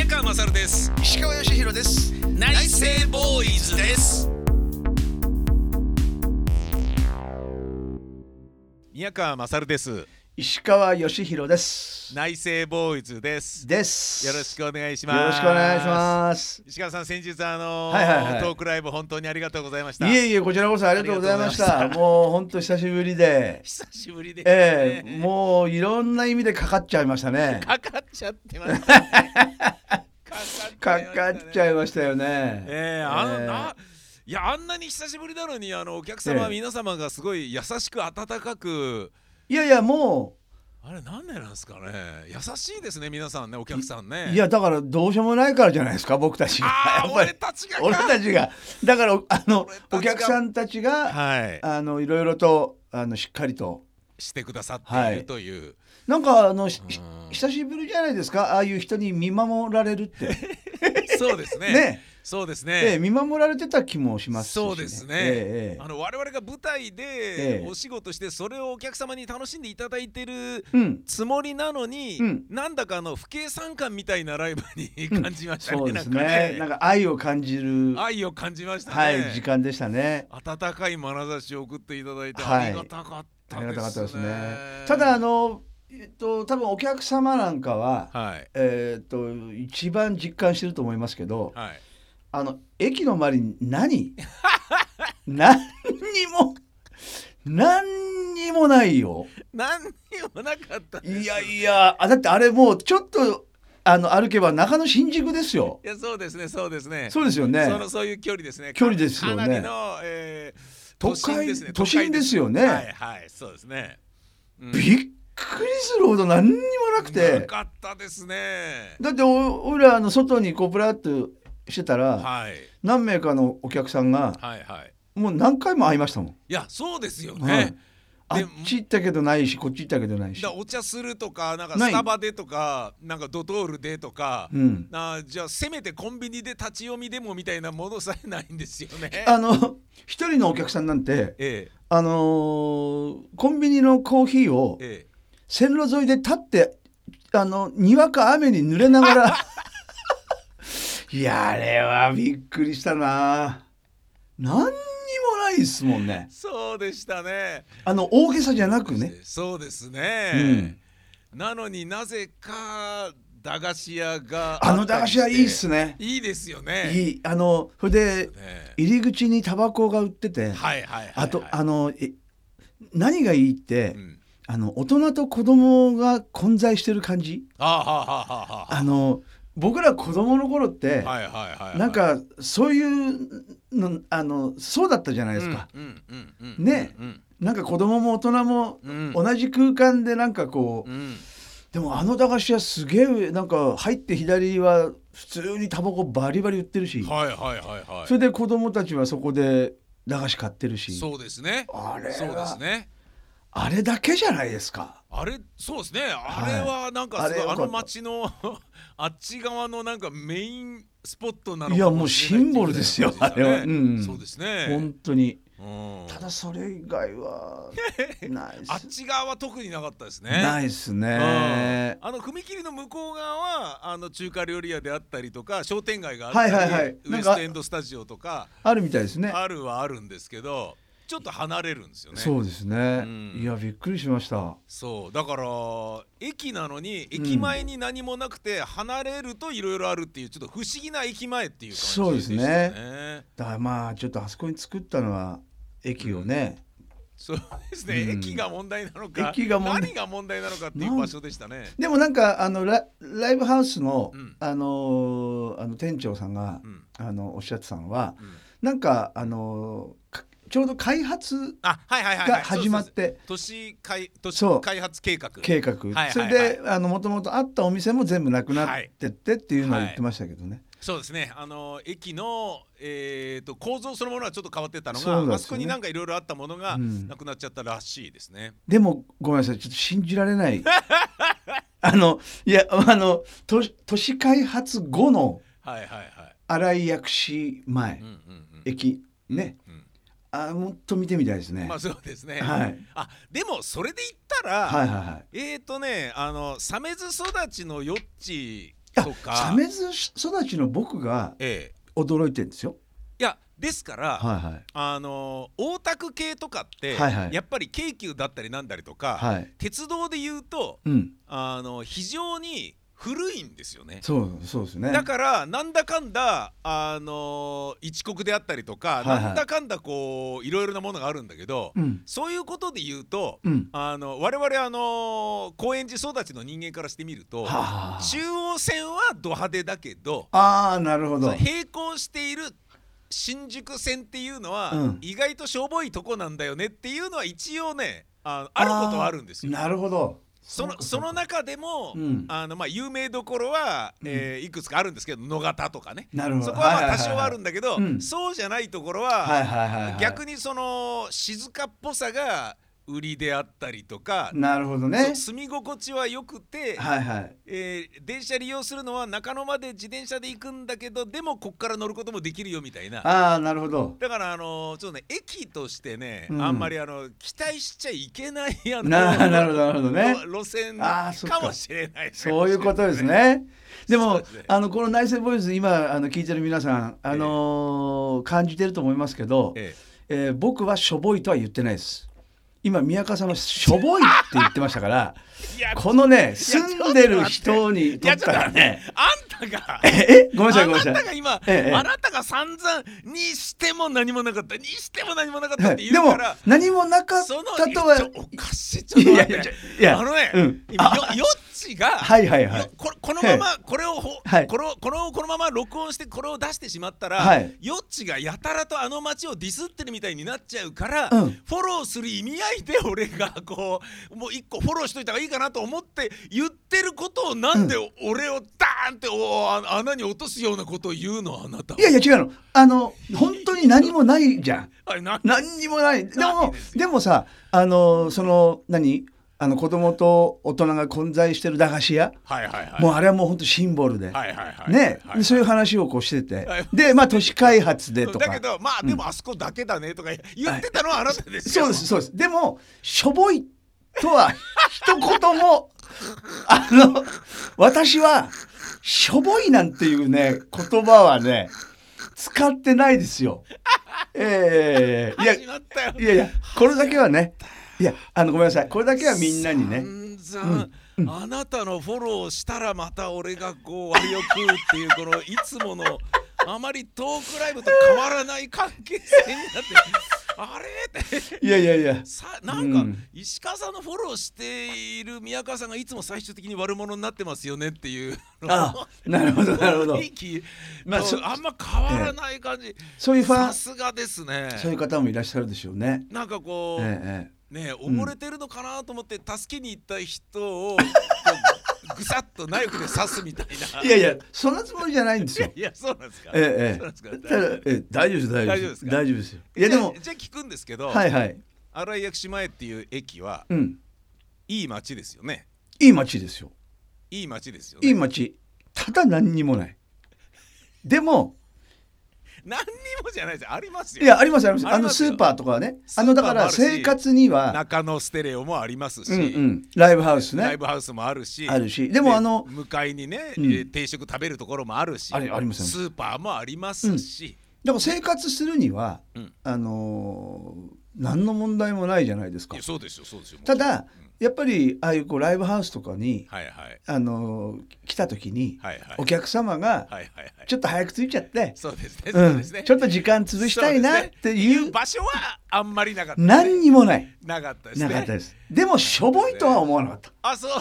宮川勝です。 石川義弘です。 内政ボーイズです。宮川勝です。 石川義弘です。 内政ボーイズです。よろしくお願いします。 よろしくお願いします。 石川さん、先日トークライブ本当にありがとうございました。 いえいえ、こちらこそありがとうございました。もう本当久しぶりで。 久しぶりですね。 もういろんな意味でかかっちゃいましたね。 かかっちゃってましたね。 かかっちゃいましたよね。 いや、あんなに久しぶりなのにお客様、皆様がすごい優しく温かく。 いやいや、もうあれ何年なんですかね。優しいですね、皆さんね、お客さんね。 いや、だからどうしようもないからじゃないですか、僕たちが。 俺たちがだからお客さんたちが、いろいろとしっかりとしてくださっているという、 なんか久しぶりじゃないですか、ああいう人に見守られるってそうですね。そうですね。 見守られてた気もしますし、 そうですね。我々が舞台でお仕事して、それをお客様に楽しんでいただいてるつもりなのに、なんだか不敬参観みたいなライブに感じましたね。 そうですね。なんか愛を感じましたね。 時間でしたね。 温かい眼差しを送っていただいてありがたかったですね。 ただ多分お客様なんかは、一番実感してると思いますけど、駅の周りに何にもないよ。 何にもなかった。 いやいや、だってあれもうちょっと歩けば中野新宿ですよ。 いや、そうですね。そうですよね。 そういう距離ですね。 距離ですよね。 かなりの都心ですよね。 はい、そうですね。 びっくりするほど何にもなくて。 なかったですね。 だって俺ら外にプラッとしてたら、何名かのお客さんが、もう何回も会いましたもん。いや、そうですよね。 あっち行ったけどないし、こっち行ったけどないし。 お茶するとか、なんかスタバでとか、なんかドトールでとか、じゃあせめてコンビニで立ち読みでもみたいなものさえないんですよね。 一人のお客さんなんて、コンビニのコーヒーを線路沿いで立ってにわか雨に濡れながらいや、あれはびっくりしたな。何にもないですもんね。 そうでしたね。 大げさじゃなくね。 そうですね。なのになぜか駄菓子屋が駄菓子屋いいっすね。 いいですよね。 いい。それで入り口にタバコが売ってて、あと何がいいって、大人と子供が混在してる感じ。僕ら子供の頃ってなんかそういうのそうだったじゃないですか。ね、なんか子供も大人も同じ空間でなんかでも駄菓子屋すげえなんか入って左は普通にタバコバリバリ売ってるし、それで子供たちはそこで駄菓子買ってるし。 そうですね。 あれだけじゃないですか。 そうですね。あれはなんか街のあっち側のなんかメインスポットなのかもしれない。いや、もうシンボルですよ、あれは。 そうですね。 本当に。ただそれ以外はないです。 あっち側は特になかったですね。 ないですね。 踏切の向こう側は中華料理屋であったりとか商店街があったり、ウエストエンドスタジオとかあるみたいですね。 あるんですけど、ちょっと離れるんですよね。 そうですね。いや、びっくりしました。 そうだから駅なのに駅前に何もなくて、離れるといろいろあるっていうちょっと不思議な駅前っていう感じでしたね。そうですね。 だからちょっとあそこに作ったのは駅をね。 そうですね。駅が問題なのか、何が問題なのかっていう場所でしたね。 でもなんかライブハウスの店長さんがおっしゃってたのは、なんかちょうど開発が始まって、 都市開発計画、 それでもともとあったお店も全部なくなってってっていうのを言ってましたけどね。 そうですね。駅の構造そのものはちょっっと変わってたのが、あそこになんかいろいろあったものがなくなっちゃったらしいですね。 でもごめんなさい、ちょっと信じられない。いや都市開発後の新井薬師前駅ね。もっと見てみたいですね。 そうですね。でもそれで言ったら、鮫洲育ちのよっち鮫洲育ちの僕が驚いてるんですよ。 いやですから、大田区系とかって、やっぱり京急だったりなんだりとか、鉄道でいうと、非常に古いんですよね。 そうですね。 だからなんだかんだ一国であったりとか、なんだかんだこういろいろなものがあるんだけど、そういうことで言うと、我々高円寺育ちの人間からしてみると、中央線はド派手だけど、 なるほど、 並行している新宿線っていうのは、意外としょぼいとこなんだよねっていうのは一応ねあることはあるんですよ。 なるほど。 その中でも、有名どころは、いくつかあるんですけど、野方とかね、そこは多少あるんだけど、そうじゃないところは逆にその静かっぽさが売りであったりとか。 なるほどね。 住み心地はよくて、電車利用するのは中野まで自転車で行くんだけど、でもこっから乗ることもできるよみたいな。 なるほど。 だからちょっとね、駅としてね、あんまり期待しちゃいけないなるほどね、 路線かもしれない。 そういうことですね。でもこの内政ボイス今聞いてる皆さん感じてると思いますけど、僕はしょぼいとは言ってないです。今宮川さんのしょぼいって言ってましたからこのね住んでる人にとったらね、 あんたがごめんなさいあなたが今、あなたが散々にしても何もなかったにしても何もなかったって言うから、 でも何もなかったとはおかしい。ちょっと待って、今ヨッチがこのままこれをこのまま録音してこれを出してしまったら、ヨッチがやたらと街をディスってるみたいになっちゃうから、フォローする意味合いで俺がこうもう一個フォローしといた方がいいかなと思って言ってることを、なんで俺をダーンって穴に落とすようなことを言うの、あなた。 いや違うの、本当に何もないじゃん。何にもない。でもさ子供と大人が混在してる駄菓子屋、もうあれはもう本当シンボルでね、そういう話をこうしてて、で都市開発でとか、 だけどでもあそこだけだねとか言ってたのはあなたですよ。 そうです。でもしょぼいとは一言も私はしょぼいなんていうね言葉はね使ってないですよ。いやこれだけはね、ごめんなさい、これだけはみんなにね、 あなたのフォローしたらまた俺がこう割を食うっていうこのいつものあまりトークライブと変わらない関係性になってあれっていやなんか石川さんのフォローしている宮川さんがいつも最終的に悪者になってますよねっていうなるほどあんま変わらない感じ、 そういうファン、 さすがですね。 そういう方もいらっしゃるでしょうね。 なんかこう溺れてるのかなと思って助けに行った人をぐさっとナイフで刺すみたいな。 いやそんなつもりじゃないんですよ。 いやそうなんですか。 大丈夫ですよ。いやでもじゃあ聞くんですけど、 新井薬師前っていう駅は、いい街ですよね。 いい街ですよ。 いい街ですよね。 いい街。ただ何にもない。でも何にもじゃないです。ありますよ。 いやありますスーパーとかはね、だから生活には中野ステレオもありますし、 ライブハウスね、 ライブハウスもあるし、 でも向かいにね、定食食べるところもあるし、 ありますスーパーもありますし、 でも生活するには何の問題もないじゃないですか。 そうですよ。 ただやっぱりああいうライブハウスとかに来た時にお客様がちょっと早く着いちゃって、ちょっと時間潰したいなっていう場所はあんまりなかった。 何にもない。 なかったです。 でもしょぼいとは思わなかった。 あ、そう。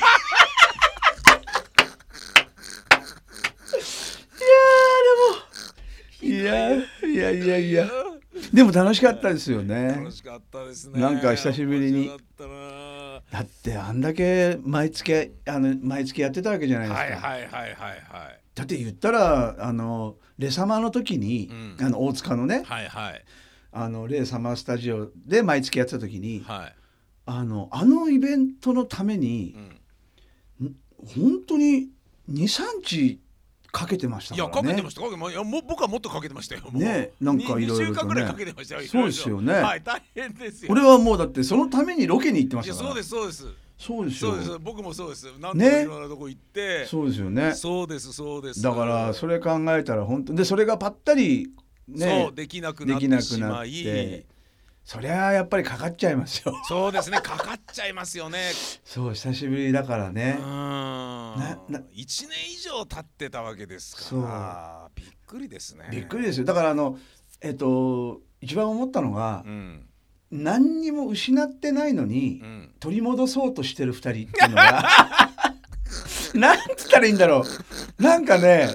いやでも楽しかったですよね。 楽しかったですね。 なんか久しぶりに。だってあんだけ毎月やってたわけじゃないですか。だって言ったらレサマの時に、大塚のね、レサマスタジオで毎月やってた時に、あのイベントのために、本当に 2,3 日かけてましたからね。 いやかけてました。僕はもっとかけてましたよ。 ね、なんかいろいろとね。 2週間ぐらいかけてましたよ。 そうですよね。 はい、大変ですよ。 俺はもうだってそのためにロケに行ってましたから。 いやそうです。 そうですよ。 そうです。僕もそうです。何度もいろんなとこ行って、ね、 そうですよね。 そうですそうです。 だからそれ考えたら本当で、それがぱったりね、 そうできなくなってしまい、 そりゃやっぱりかかっちゃいますよ。 そうですね、かかっちゃいますよね。 そう、久しぶりだからね。 1年以上経ってたわけですから、びっくりですね。 びっくりですよ。だから一番思ったのが、何にも失ってないのに、取り戻そうとしてる2人っていうのがなんつったらいいんだろう、なんかね、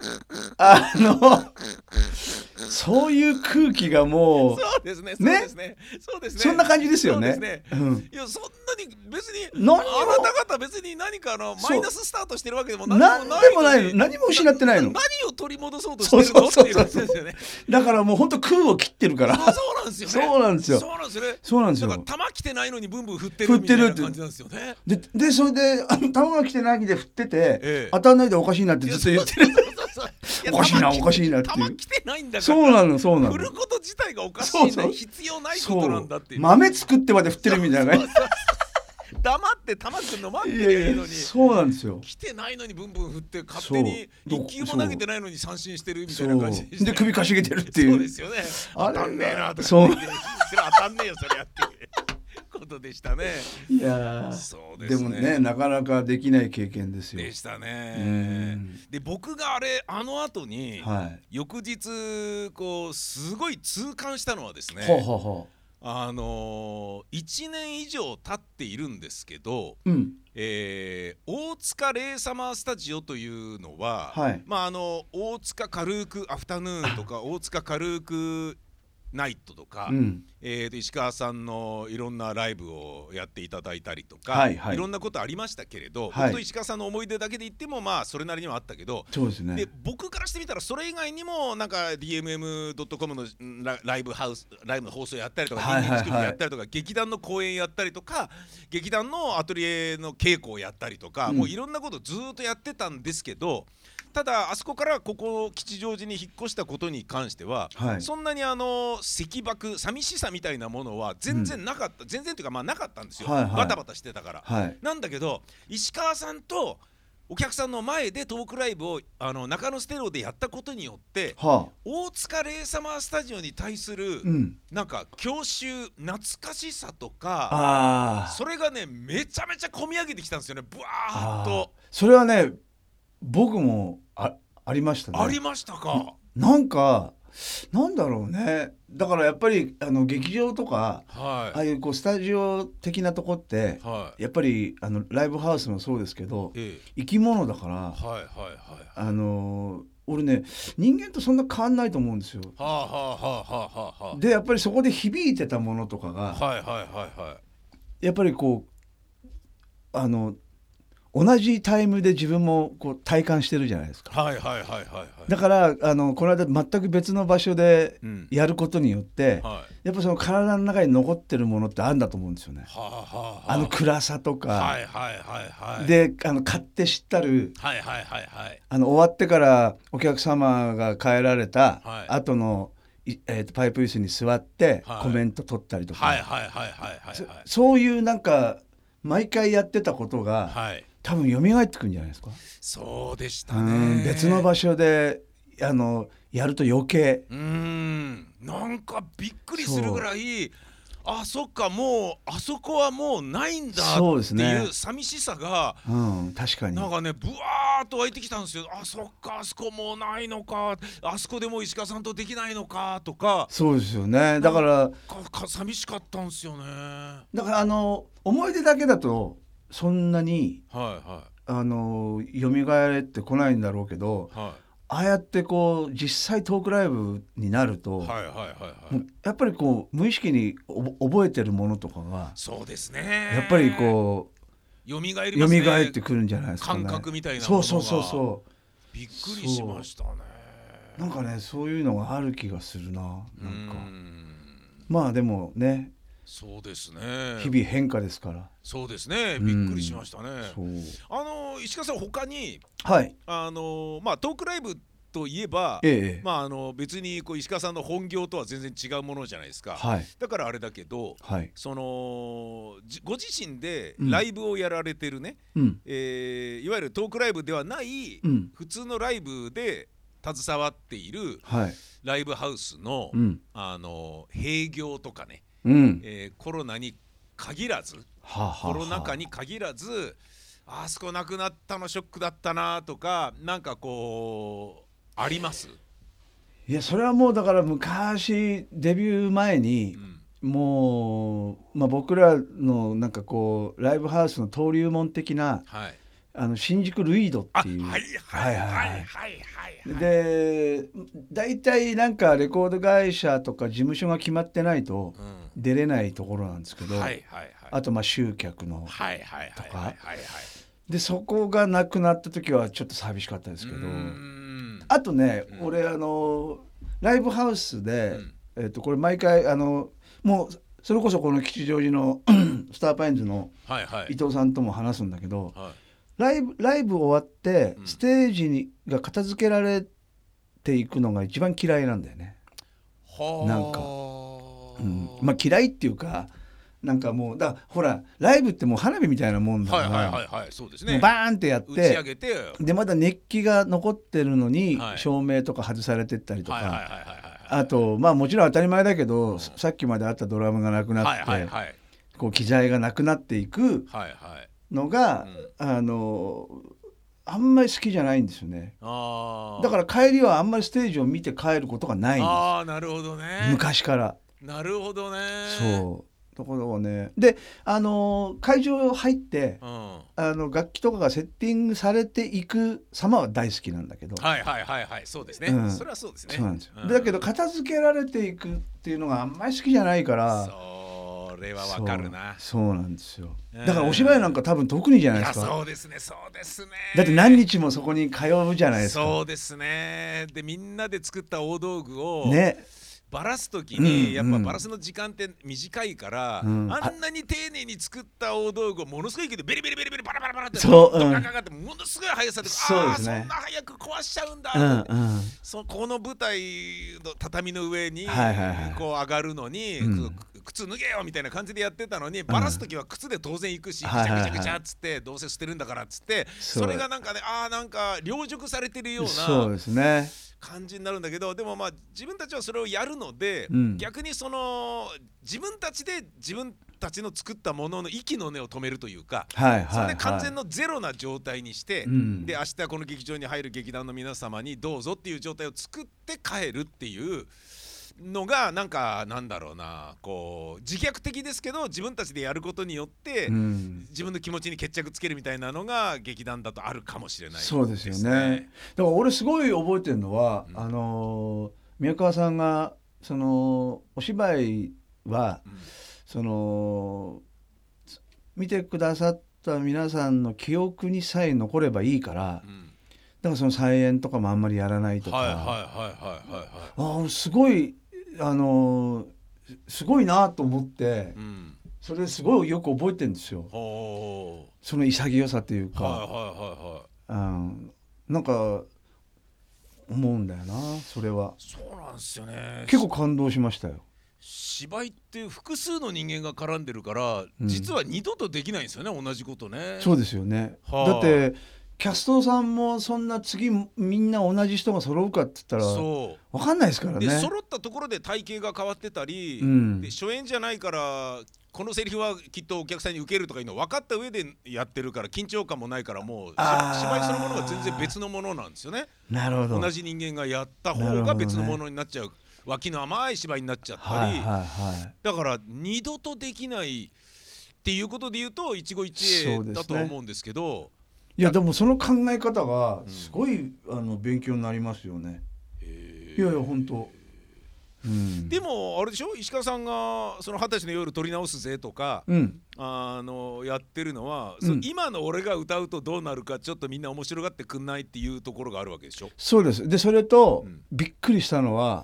そういう空気がもう、 そうですね、そうですね、そうですね、 そんな感じですよね。 いや、そんなに別にあなた方別に何かマイナススタートしてるわけでも何でもない、 何も失ってないの。 何を取り戻そうとしてるのっていう感じですよね。 だからもう本当空を切ってるから。 そうなんですよね。 そうなんですよ。そうなんですよ。 だから球来てないのにブンブン振ってるみたいな感じなんですよね。 でそれで球が来てないで振ってて、当たんないでおかしいなってずっと言ってる。おかしいなおかしいなっていう。 球来てないんだから。 そうなのそうなの。 振ること自体がおかしいね。必要ないことなんだっていう。 豆作ってまで振ってるみたいなね。 黙って球来るの待ってりゃいいのに。 そうなんですよ。 来てないのにブンブン振って勝手に一球も投げてないのに三振してるみたいな感じで首かしげてるっていう。 そうですよね。当たんねえなとか。そう。当たんねえよそれやってことでしたね。 いやでもね、なかなかできない経験ですよ。 でしたね。で僕があの後に翌日こうすごい痛感したのはですね。1年以上経っているんですけど、大塚レイサマースタジオというのは、大塚カルークアフタヌーンとか大塚カルークナイトとか、石川さんのいろんなライブをやっていただいたりとか、いろんなことありましたけれど、僕と石川さんの思い出だけで言ってもそれなりにはあったけど、で僕からしてみたらそれ以外にもなんか DMM.com のライブの放送やったりとか、人間作りやったりとか、劇団の公演やったりとか、劇団のアトリエの稽古をやったりとか、もういろんなことずっとやってたんですけど、ただあそこからここ吉祥寺に引っ越したことに関しては、そんなに寂寞寂しさみたいなものは全然なかった、全然というかなかったんですよ。バタバタしてたから、なんだけど石川さんとお客さんの前でトークライブを中野ステレオでやったことによって、大塚レイサマースタジオに対する、なんか郷愁懐かしさとか、それがねめちゃめちゃ込み上げてきたんですよね、ブワーッと。 それはね僕もありましたね。 ありましたか。 なんかなんだろうね、だからやっぱり劇場とか、ああいうスタジオ的なとこって、やっぱりライブハウスもそうですけど、生き物だから、俺ね人間とそんな変わんないと思うんですよ。でやっぱりそこで響いてたものとかが、やっぱりこう同じタイムで自分もこう体感してるじゃないですか。だからこの間全く別の場所でやることによって、やっぱその体の中に残ってるものってあるんだと思うんですよね。暗さとかで勝手知ったる終わってからお客様が帰られた後のパイプ椅子に座ってコメント取ったりとか、そういうなんか毎回やってたことが、多分蘇ってくるんじゃないですか。 そうでしたね。 別の場所でやると余計なんかびっくりするぐらい、そっかもうあそこはもうないんだっていう寂しさが、 確かになんかねブワーッと湧いてきたんですよ。そっかあそこもうないのか、あそこでも石川さんとできないのかとか。 そうですよね。だから寂しかったんですよね。 だから思い出だけだとそんなに蘇ってこないんだろうけど、ああやってこう実際トークライブになると、やっぱりこう無意識に覚えてるものとかが、 そうですね、 やっぱりこう蘇ってくるんじゃないですかね。 感覚みたいなものが。 そうびっくりしましたね。 なんかねそういうのがある気がするな。なんかまあでもね、 そうですね、 日々変化ですから。 そうですね、びっくりしましたね。石川さん他に、トークライブといえば、まあ、別にこう石川さんの本業とは全然違うものじゃないですか、はい、だからあれだけど、はい、そのご自身でライブをやられてるね、いわゆるトークライブではない、普通のライブで携わっているライブハウスの、閉業とかね、コロナに限らず、コロナ禍に限らず、あそこなくなったのショックだったなとか、なんかこうあります？ いや、それはもうだから昔デビュー前に、もう、まあ、僕らのなんかこうライブハウスの登竜門的な、はい、新宿ルイードっていう、で大体なんかレコード会社とか事務所が決まってないと出れないところなんですけど、あとまあ集客のとかで、そこがなくなった時はちょっと寂しかったですけど、あとね、俺ライブハウスで、これ毎回もうそれこそこの吉祥寺のスターパインズの伊藤さんとも話すんだけど、ライブ終わってステージが片付けられていくのが一番嫌いなんだよね。なんか、まあ嫌いっていうか、なんかもうだからほらライブってもう花火みたいなもんだから、そうですね、バーンってやって打ち上げて、でまだ熱気が残ってるのに、照明とか外されてったりとか、あとまあもちろん当たり前だけど、さっきまであったドラムがなくなって、こう機材がなくなっていくのが、あんまり好きじゃないんですよね。だから帰りはあんまりステージを見て帰ることがないんです。 なるほどね。 昔から。 なるほどね。 そうところをね、で会場入って、楽器とかがセッティングされていく様は大好きなんだけど、 そうですね、それはそうですね。 そうなんですよ。だけど片付けられていくっていうのがあんまり好きじゃないから、 それはわかるな。 そうなんですよ。だからお芝居なんか多分特にじゃないですか。 そうですね、そうですね。 だって何日もそこに通うじゃないですか。 そうですね。でみんなで作った大道具をね、バラす時にやっぱバラすの時間って短いから、あんなに丁寧に作った大道具をものすごい勢いでベリベリベリベリバラバラバラってドカカカってものすごい速さで、そんな早く壊しちゃうんだ、この舞台の畳の上にこう上がるのに、靴脱げよみたいな感じでやってたのに、バラす時は靴で当然行くし、ぐちゃぐちゃぐちゃっつってどうせ捨てるんだからっつって、それがなんかね、なんか凌辱されてるような、そうですね、感じになるんだけど、でもまあ自分たちはそれをやるので、逆にその自分たちで自分たちの作ったものの息の根を止めるというか、それで完全のゼロな状態にして、で明日この劇場に入る劇団の皆様にどうぞっていう状態を作って帰るっていうのが、なんかなんだろうな、こう自虐的ですけど自分たちでやることによって、自分の気持ちに決着つけるみたいなのが劇団だとあるかもしれないですね。 そうですよね。だから俺すごい覚えてるのは、宮川さんがそのお芝居は、その見てくださった皆さんの記憶にさえ残ればいいから、だからその再演とかもあんまりやらないとか、すごいすごいなと思って、それすごいよく覚えてるんですよ。その潔さというか、なんか思うんだよな、それは。 そうなんですよね。 結構感動しましたよ。 芝居って複数の人間が絡んでるから、実は二度とできないんですよね、同じことね。 そうですよね。だってキャストさんもそんな次みんな同じ人が揃うかって言ったら分かんないですからね。 で揃ったところで体型が変わってたり、で初演じゃないからこのセリフはきっとお客さんに受けるとかいうの分かった上でやってるから、緊張感もないから、もう芝居そのものが全然別のものなんですよね。 なるほど。 同じ人間がやった方が別のものになっちゃう、脇の甘い芝居になっちゃったり、だから二度とできないっていうことで言うと一期一会だと思うんですけど、 いやでもその考え方がすごい、勉強になりますよね。いやいや本当。 でもあれでしょ、石川さんがその20歳の夜撮り直すぜとか、やってるのは、今の俺が歌うとどうなるかちょっとみんな面白がってくんないっていうところがあるわけでしょ。 そうです。でそれと、びっくりしたのは、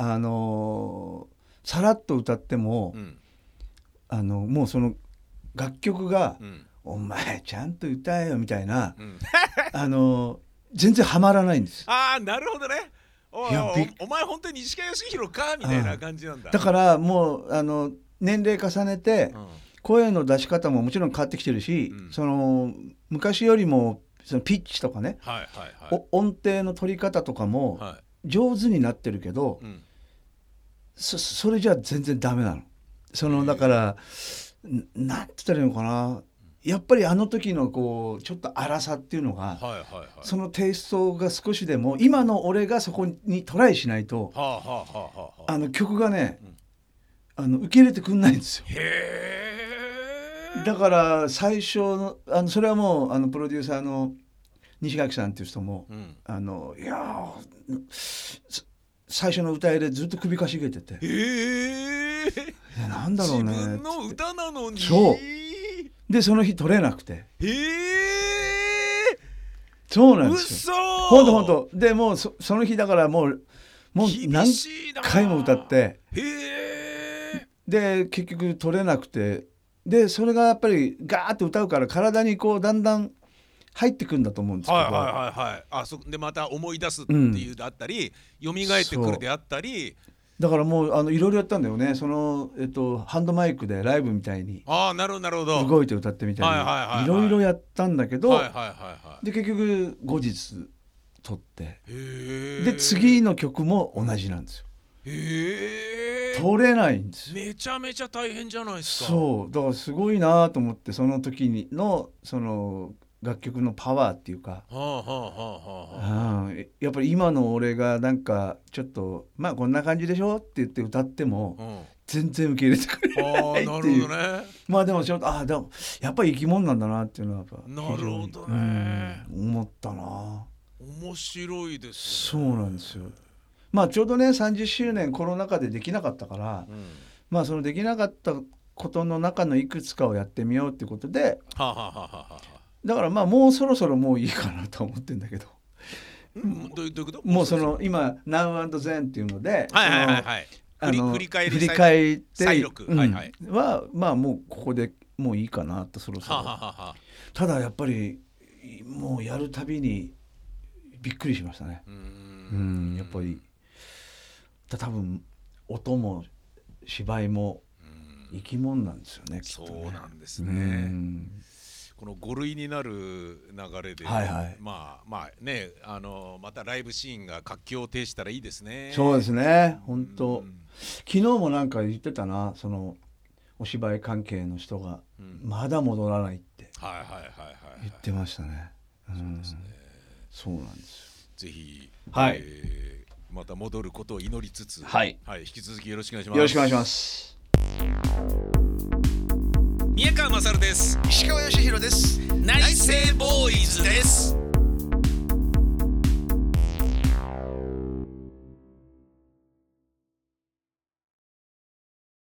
さらっと歌っても、もうその楽曲が、お前ちゃんと歌えよみたいな、 全然ハマらないんです。 ああ、なるほどね。お前本当に石川義弘かみたいな感じなんだ。 だからもう年齢重ねて、声の出し方ももちろん変わってきてるし、その昔よりもそのピッチとかね、音程の取り方とかも上手になってるけど、それじゃ全然ダメなの。だからなんて言ったらいいのかな、やっぱりあの時のこうちょっと荒さっていうのが、そのテイストが少しでも今の俺がそこにトライしないと、曲がね、受け入れてくんないんですよ。だから最初のそれはもうプロデューサーの西垣さんっていう人も、いや最初の歌入れずっと首かしげてて、なんだろうね、 自分の歌なのに。 そうでその日取れなくて、そうなんですよ。ほんとでもうその日だからもう何回も歌って、で結局取れなくて、でそれがやっぱりガーッと歌うから体にこうだんだん入ってくるんだと思うんですけど、 でまた思い出すっていうであったり、蘇ってくるであったり、 だからもういろいろやったんだよね。ハンドマイクでライブみたいに動いて歌ってみたりいろいろやったんだけど、で結局後日撮って、で次の曲も同じなんですよ。撮れないんですよ。 めちゃめちゃ大変じゃないですか。 そうだからすごいなと思って、その時のその楽曲のパワーっていうか、やっぱり今の俺がなんかちょっとまあこんな感じでしょって言って歌っても全然受け入れてくれないっていう。まあでもちょっとでもやっぱり生き物なんだなっていうのはなるほどね、 思ったな。 面白いですね。そうなんですよ。まあちょうどね30周年コロナ禍でできなかったから、まあそのできなかったことの中のいくつかをやってみようっていうことで、だからまあもうそろそろもういいかなと思ってんだけど、 どういうこと？ もうその今 Now and Then っていうので、 振り返って再録はまあもうここでもういいかなとそろそろ。ただやっぱりもうやるたびにびっくりしましたね。やっぱり多分音も芝居も生き物なんですよね。きっとね。 そうなんですね。この5類になる流れで、まあね、またライブシーンが活況を呈したらいいですね。 そうですね。本当。昨日もなんか言ってたな、そのお芝居関係の人が、まだ戻らないって言ってましたね。そうなんですよ。 ぜひ、また戻ることを祈りつつ、引き続きよろしくお願いします。 よろしくお願いします。 宮川勝です。 石川義弘です。 内政ボーイズです。